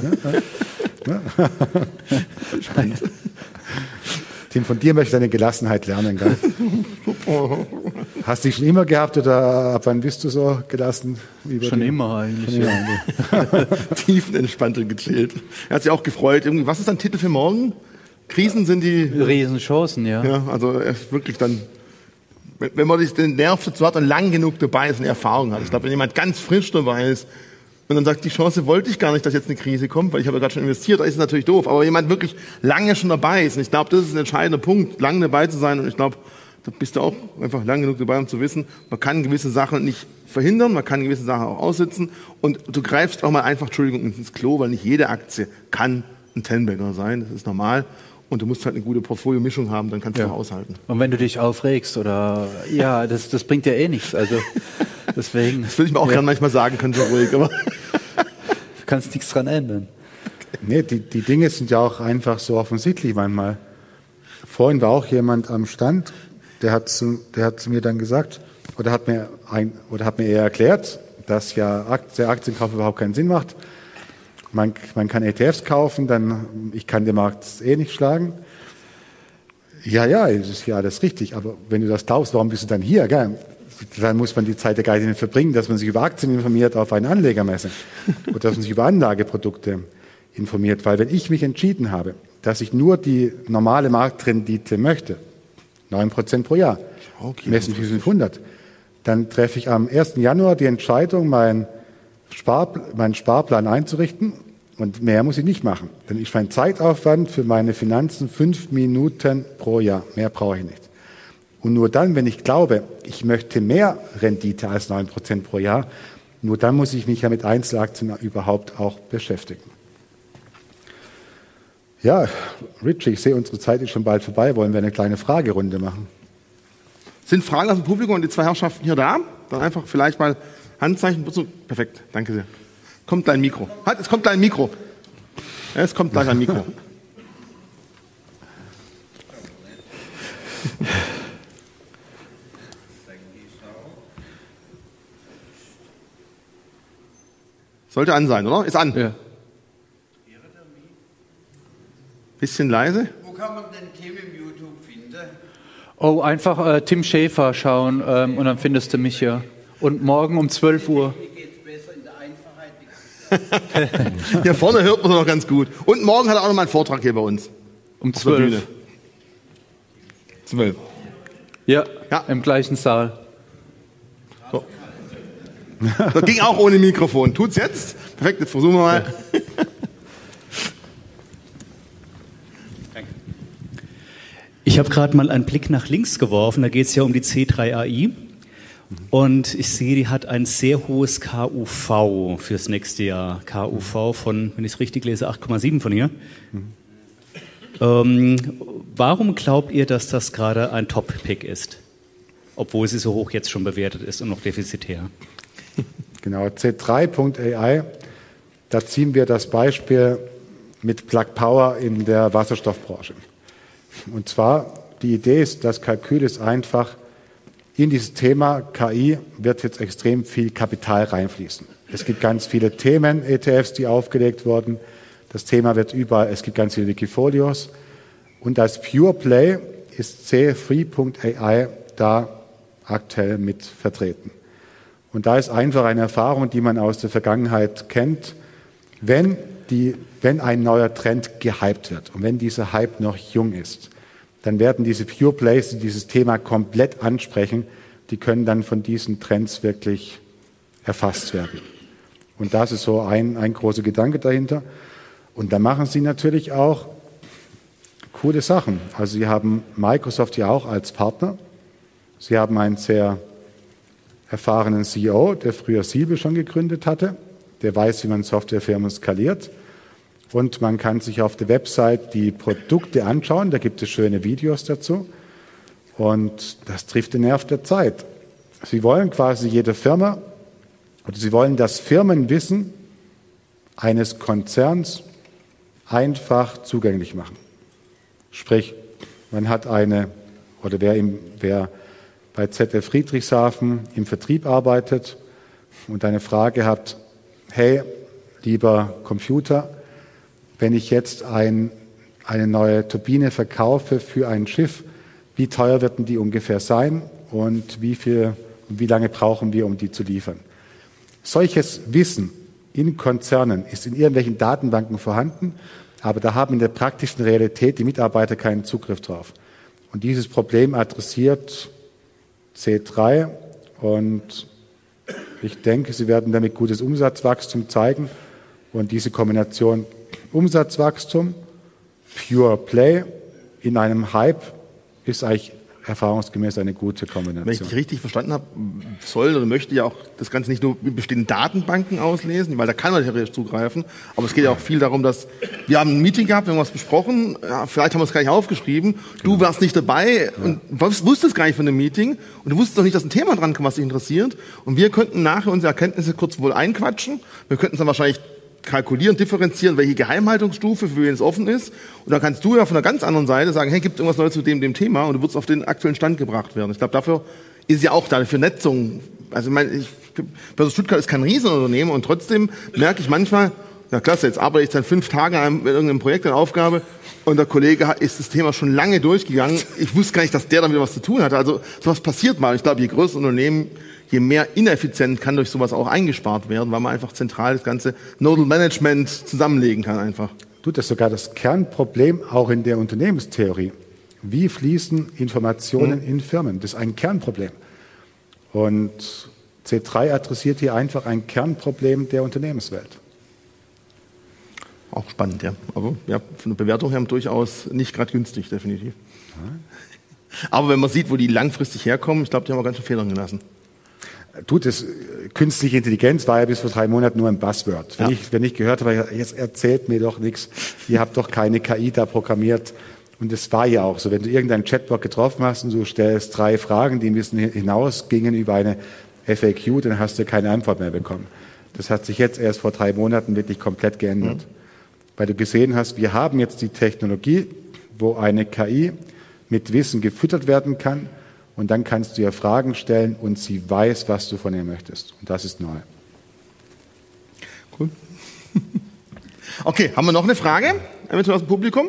Spannend. Tim, von dir möchte ich deine Gelassenheit lernen. Gell? Hast du die schon immer gehabt oder ab wann bist du so gelassen? Schon immer eigentlich. Ja. Tiefenentspannt und gechillt. Er hat sich auch gefreut. Irgendwie, was ist dein Titel für morgen? Krisen sind die... Riesenchancen, ja. Ja, also er ist wirklich dann... Wenn man sich den Nerv dazu hat und lang genug dabei ist und Erfahrung hat. Ich glaube, wenn jemand ganz frisch dabei ist und dann sagt, die Chance wollte ich gar nicht, dass jetzt eine Krise kommt, weil ich habe ja gerade schon investiert, da ist es natürlich doof. Aber wenn jemand wirklich lange schon dabei ist, und ich glaube, das ist ein entscheidender Punkt, lange dabei zu sein, und ich glaube, da bist du auch einfach lang genug dabei, um zu wissen, man kann gewisse Sachen nicht verhindern, man kann gewisse Sachen auch aussitzen, und du greifst auch mal einfach, ins Klo, weil nicht jede Aktie kann ein Ten-Bagger sein, das ist normal. Und du musst halt eine gute Portfolio-Mischung haben, dann kannst du auch aushalten. Und wenn du dich aufregst oder, ja, das bringt dir eh nichts, also deswegen. Das würde ich mir auch gerne manchmal sagen können, so ruhig, aber. Du kannst nichts dran ändern. Nee, die Dinge sind ja auch einfach so offensichtlich manchmal. Vorhin war auch jemand am Stand, der hat zu mir dann gesagt, oder hat mir eher erklärt, dass ja der Aktienkauf überhaupt keinen Sinn macht. Man kann ETFs kaufen, ich kann den Markt eh nicht schlagen. Ja, das ist ja alles richtig, aber wenn du das glaubst, warum bist du dann hier? Gell? Dann muss man die Zeit ja gar nicht verbringen, dass man sich über Aktien informiert auf einer Anlegermesse oder dass man sich über Anlageprodukte informiert. Weil wenn ich mich entschieden habe, dass ich nur die normale Marktrendite möchte, 9% pro Jahr, im S&P 500, dann treffe ich am 1. Januar die Entscheidung, meinen Sparplan einzurichten, und mehr muss ich nicht machen. Denn ich mein Zeitaufwand für meine Finanzen 5 Minuten pro Jahr. Mehr brauche ich nicht. Und nur dann, wenn ich glaube, ich möchte mehr Rendite als 9% pro Jahr, nur dann muss ich mich ja mit Einzelaktien überhaupt auch beschäftigen. Ja, Richie, ich sehe, unsere Zeit ist schon bald vorbei. Wollen wir eine kleine Fragerunde machen? Sind Fragen aus dem Publikum und die zwei Herrschaften hier da? Dann einfach vielleicht mal Handzeichen. Perfekt, danke sehr. Kommt dein Mikro. Halt, es kommt dein Mikro. Es kommt gleich ein Mikro. Sollte an sein, oder? Ist an. Ja. Bisschen leise. Wo kann man den Tim im YouTube finden? Oh, einfach Tim Schäfer schauen und dann findest du mich ja. Und morgen um 12 Uhr. Hier vorne hört man es noch ganz gut. Und morgen hat er auch noch mal einen Vortrag hier bei uns. Um 12. 12. Ja, Ja. im gleichen Saal. So. Das ging auch ohne Mikrofon. Tut's jetzt? Perfekt, jetzt versuchen wir mal. Ja. Ich habe gerade mal einen Blick nach links geworfen, da geht es ja um die C3AI. Und ich sehe, die hat ein sehr hohes KUV fürs nächste Jahr. KUV von, wenn ich es richtig lese, 8,7 von hier. Warum glaubt ihr, dass das gerade ein Top-Pick ist? Obwohl sie so hoch jetzt schon bewertet ist und noch defizitär. Genau, C3.ai, da ziehen wir das Beispiel mit Plug Power in der Wasserstoffbranche. Und zwar, die Idee ist, das Kalkül ist einfach, in dieses Thema KI wird jetzt extrem viel Kapital reinfließen. Es gibt ganz viele Themen, ETFs, die aufgelegt wurden. Das Thema wird überall, es gibt ganz viele Wikifolios. Und als Pure Play ist C3.ai da aktuell mit vertreten. Und da ist einfach eine Erfahrung, die man aus der Vergangenheit kennt, wenn ein neuer Trend gehypt wird und wenn dieser Hype noch jung ist, dann werden diese Pure Plays, die dieses Thema komplett ansprechen, die können dann von diesen Trends wirklich erfasst werden. Und das ist so ein großer Gedanke dahinter. Und da machen sie natürlich auch coole Sachen. Also sie haben Microsoft ja auch als Partner. Sie haben einen sehr erfahrenen CEO, der früher Siebel schon gegründet hatte. Der weiß, wie man Softwarefirmen skaliert. Und man kann sich auf der Website die Produkte anschauen. Da gibt es schöne Videos dazu. Und das trifft den Nerv der Zeit. Sie wollen quasi jede Firma, oder sie wollen das Firmenwissen eines Konzerns einfach zugänglich machen. Sprich, man hat oder wer bei ZF Friedrichshafen im Vertrieb arbeitet und eine Frage hat, hey, lieber Computer, wenn ich jetzt eine neue Turbine verkaufe für ein Schiff, wie teuer wird denn die ungefähr sein und wie lange brauchen wir, um die zu liefern? Solches Wissen in Konzernen ist in irgendwelchen Datenbanken vorhanden, aber da haben in der praktischen Realität die Mitarbeiter keinen Zugriff drauf. Und dieses Problem adressiert C3 und ich denke, sie werden damit gutes Umsatzwachstum zeigen und diese Kombination Umsatzwachstum, Pure Play in einem Hype ist eigentlich erfahrungsgemäß eine gute Kombination. Wenn ich dich richtig verstanden habe, soll oder möchte ja auch das Ganze nicht nur in bestehenden Datenbanken auslesen, weil da kann man theoretisch zugreifen, aber es geht ja auch viel darum, dass wir haben ein Meeting gehabt, wir haben was besprochen, ja, vielleicht haben wir es gar nicht aufgeschrieben, du warst nicht dabei und wusstest gar nicht von dem Meeting und du wusstest auch nicht, dass ein Thema dran kommt, was dich interessiert und wir könnten nachher unsere Erkenntnisse kurz wohl einquatschen, wir könnten es dann wahrscheinlich kalkulieren, differenzieren, welche Geheimhaltungsstufe für wen es offen ist. Und dann kannst du ja von einer ganz anderen Seite sagen, hey, gibt es irgendwas Neues zu dem Thema? Und du wirst auf den aktuellen Stand gebracht werden. Ich glaube, dafür ist ja auch da, für Netzung. Also Börse Stuttgart ist kein Riesenunternehmen und trotzdem merke ich manchmal, na klasse, jetzt arbeite ich seit 5 Tagen mit irgendeinem Projekt, einer Aufgabe und der Kollege ist das Thema schon lange durchgegangen. Ich wusste gar nicht, dass der damit was zu tun hatte. Also sowas passiert mal. Ich glaube, je größer Unternehmen, je mehr ineffizient kann durch sowas auch eingespart werden, weil man einfach zentral das ganze Nodal Management zusammenlegen kann einfach. Das ist sogar das Kernproblem auch in der Unternehmenstheorie. Wie fließen Informationen in Firmen? Das ist ein Kernproblem. Und C3 adressiert hier einfach ein Kernproblem der Unternehmenswelt. Auch spannend, ja. Aber ja, von der Bewertung her durchaus nicht gerade günstig, definitiv. Aber wenn man sieht, wo die langfristig herkommen, ich glaube, die haben auch ganz schön Federn gelassen. Künstliche Intelligenz war ja bis vor 3 Monaten nur ein Buzzword. Wenn ich gehört habe, jetzt erzählt mir doch nichts, ihr habt doch keine KI da programmiert. Und es war ja auch so, wenn du irgendeinen Chatbot getroffen hast und du stellst 3 Fragen, die ein bisschen hinausgingen über eine FAQ, dann hast du keine Antwort mehr bekommen. Das hat sich jetzt erst vor 3 Monaten wirklich komplett geändert. Weil du gesehen hast, wir haben jetzt die Technologie, wo eine KI mit Wissen gefüttert werden kann, und dann kannst du ihr Fragen stellen und sie weiß, was du von ihr möchtest. Und das ist neu. Cool. Okay, haben wir noch eine Frage? Eventuell aus dem Publikum?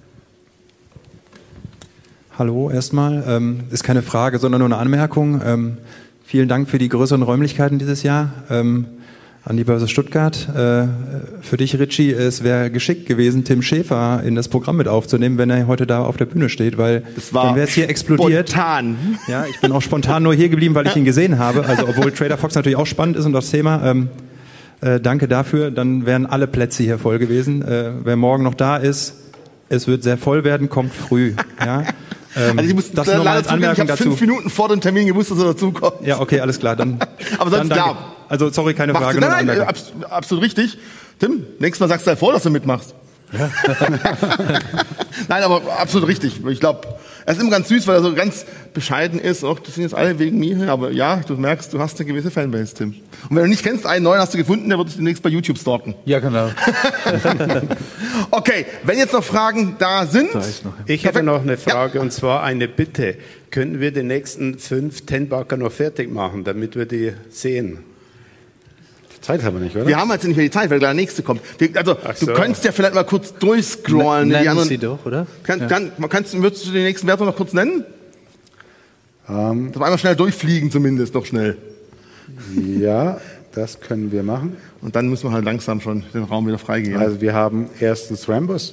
Hallo, erstmal. Ist keine Frage, sondern nur eine Anmerkung. Vielen Dank für die größeren Räumlichkeiten dieses Jahr. an die Börse Stuttgart. Für dich, Richie, es wäre geschickt gewesen, Tim Schäfer in das Programm mit aufzunehmen, wenn er heute da auf der Bühne steht, weil dann wäre es hier explodiert. Spontan. Ja, ich bin auch spontan nur hier geblieben, weil ich ihn gesehen habe. Also obwohl Trader Fox natürlich auch spannend ist und das Thema. Danke dafür. Dann wären alle Plätze hier voll gewesen. Wer morgen noch da ist, es wird sehr voll werden, kommt früh. Ja. Also ich muss das nur mal als Anmerkung ich habe 5 Minuten vor dem Termin gewusst, dass er dazukommt. Ja, okay, alles klar. Dann, aber sonst dann klar. Also sorry, keine Frage. Nein, absolut richtig. Tim, nächstes Mal sagst du halt vor, dass du mitmachst. Ja. Nein, aber absolut richtig. Ich glaube, er ist immer ganz süß, weil er so ganz bescheiden ist. Och, das sind jetzt alle wegen mir. Aber ja, du merkst, du hast eine gewisse Fanbase, Tim. Und wenn du nicht kennst, einen neuen hast du gefunden, der wird dich demnächst bei YouTube stalken. Ja, genau. Okay, wenn jetzt noch Fragen da sind. Ich hätte noch eine Frage, und zwar eine Bitte. Könnten wir die nächsten 5 Ten-Bagger noch fertig machen, damit wir die sehen? Zeit haben wir nicht, oder? Wir haben jetzt nicht mehr die Zeit, weil der nächste kommt. Du könntest ja vielleicht mal kurz durchscrollen. Nennen Sie doch, oder? Würdest du den nächsten Wert noch kurz nennen? Dass wir einmal schnell durchfliegen zumindest, noch schnell. Ja, das können wir machen. Und dann müssen wir halt langsam schon den Raum wieder freigeben. Also wir haben erstens Rambus.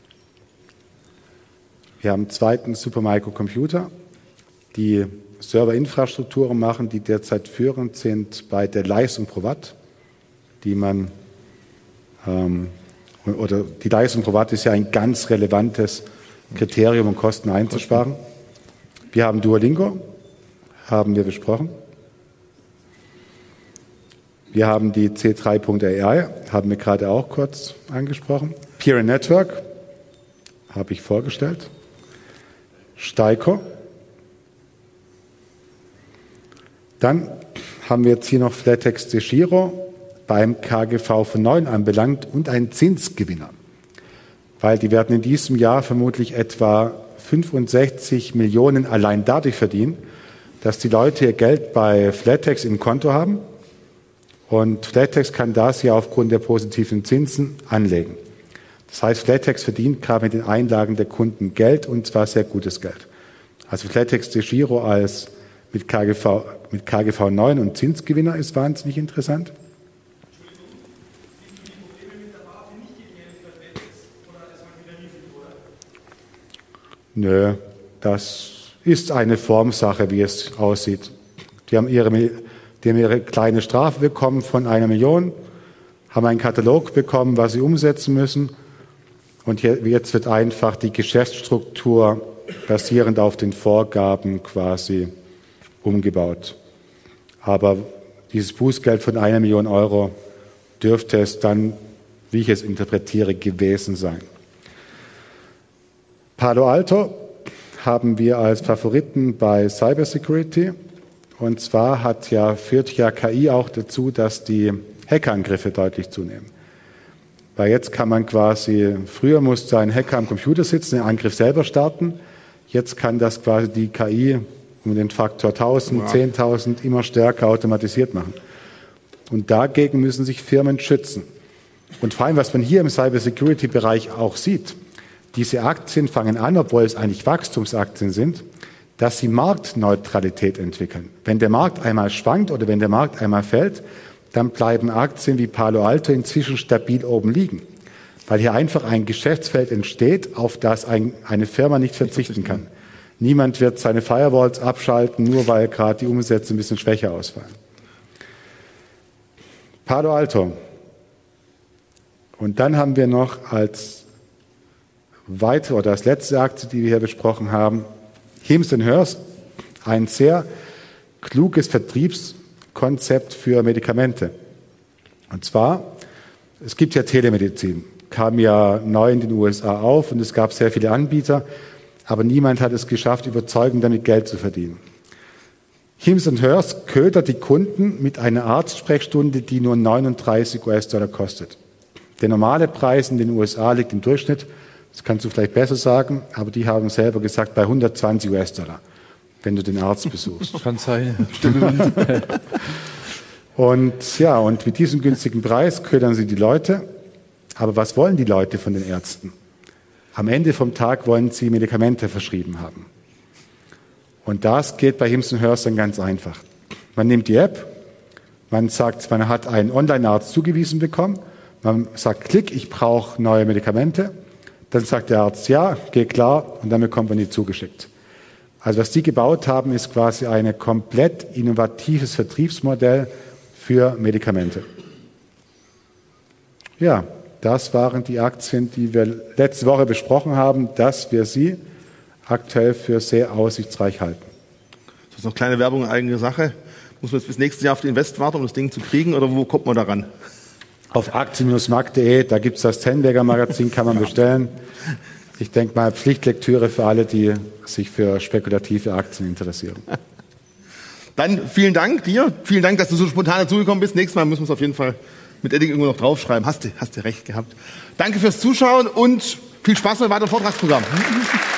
Wir haben zweitens Supermicro Computer, die Serverinfrastrukturen machen, die derzeit führend sind bei der Leistung pro Watt, die man, oder die Leistung pro Watt ist ja ein ganz relevantes Kriterium, um Kosten einzusparen. Wir haben Duolingo, haben wir besprochen. Wir haben die C3.ai, haben wir gerade auch kurz angesprochen. Peer Network, habe ich vorgestellt. Steiko. Dann haben wir jetzt hier noch Flatex DEGIRO beim KGV von 9 anbelangt und einen Zinsgewinner. Weil die werden in diesem Jahr vermutlich etwa 65 Millionen allein dadurch verdienen, dass die Leute ihr Geld bei Flatex im Konto haben und Flatex kann das ja aufgrund der positiven Zinsen anlegen. Das heißt, Flatex verdient gerade mit den Einlagen der Kunden Geld und zwar sehr gutes Geld. Also Flatex DEGIRO als mit KGV 9 und Zinsgewinner ist wahnsinnig interessant. Nö, das ist eine Formsache, wie es aussieht. Die haben ihre kleine Strafe bekommen von 1 Million, haben einen Katalog bekommen, was sie umsetzen müssen. Und jetzt wird einfach die Geschäftsstruktur basierend auf den Vorgaben quasi umgebaut. Aber dieses Bußgeld von 1 Million Euro dürfte es dann, wie ich es interpretiere, gewesen sein. Palo Alto haben wir als Favoriten bei Cybersecurity. Und zwar führt ja KI auch dazu, dass die Hackerangriffe deutlich zunehmen. Weil jetzt kann man früher musste ein Hacker am Computer sitzen, den Angriff selber starten. Jetzt kann das quasi die KI um den Faktor 1000, 10.000 immer stärker automatisiert machen. Und dagegen müssen sich Firmen schützen. Und vor allem, was man hier im Cybersecurity-Bereich auch sieht, diese Aktien fangen an, obwohl es eigentlich Wachstumsaktien sind, dass sie Marktneutralität entwickeln. Wenn der Markt einmal schwankt oder wenn der Markt einmal fällt, dann bleiben Aktien wie Palo Alto inzwischen stabil oben liegen. Weil hier einfach ein Geschäftsfeld entsteht, auf das eine Firma nicht verzichten kann. Niemand wird seine Firewalls abschalten, nur weil gerade die Umsätze ein bisschen schwächer ausfallen. Palo Alto. Und dann haben wir noch als letzte Aktie, die wir hier besprochen haben, Hims & Hers, ein sehr kluges Vertriebskonzept für Medikamente. Und zwar, es gibt ja Telemedizin, kam ja neu in den USA auf und es gab sehr viele Anbieter, aber niemand hat es geschafft, überzeugend damit Geld zu verdienen. Hims & Hers ködert die Kunden mit einer Arztsprechstunde, die nur 39 US-Dollar kostet. Der normale Preis in den USA liegt im Durchschnitt, das kannst du vielleicht besser sagen, aber die haben selber gesagt, bei 120 US-Dollar, wenn du den Arzt besuchst. Kann sein. Und mit diesem günstigen Preis ködern sie die Leute. Aber was wollen die Leute von den Ärzten? Am Ende vom Tag wollen sie Medikamente verschrieben haben. Und das geht bei Hims & Hers dann ganz einfach. Man nimmt die App, Man sagt, man hat einen Online-Arzt zugewiesen bekommen. Man sagt, klick, ich brauche neue Medikamente. Dann sagt der Arzt, ja, geht klar, und dann bekommt man die zugeschickt. Also was die gebaut haben, ist quasi ein komplett innovatives Vertriebsmodell für Medikamente. Ja, das waren die Aktien, die wir letzte Woche besprochen haben, dass wir sie aktuell für sehr aussichtsreich halten. Das ist noch kleine Werbung in eigener Sache. Muss man jetzt bis nächstes Jahr auf die Invest warten, um das Ding zu kriegen, oder wo kommt man da ran? Auf aktien-markt.de, da gibt es das Tenberger Magazin, kann man bestellen. Ich denke mal, Pflichtlektüre für alle, die sich für spekulative Aktien interessieren. Dann vielen Dank dir. Vielen Dank, dass du so spontan dazugekommen bist. Nächstes Mal müssen wir es auf jeden Fall mit Edding irgendwo noch draufschreiben. Hast du recht gehabt. Danke fürs Zuschauen und viel Spaß beim weiteren Vortragsprogramm.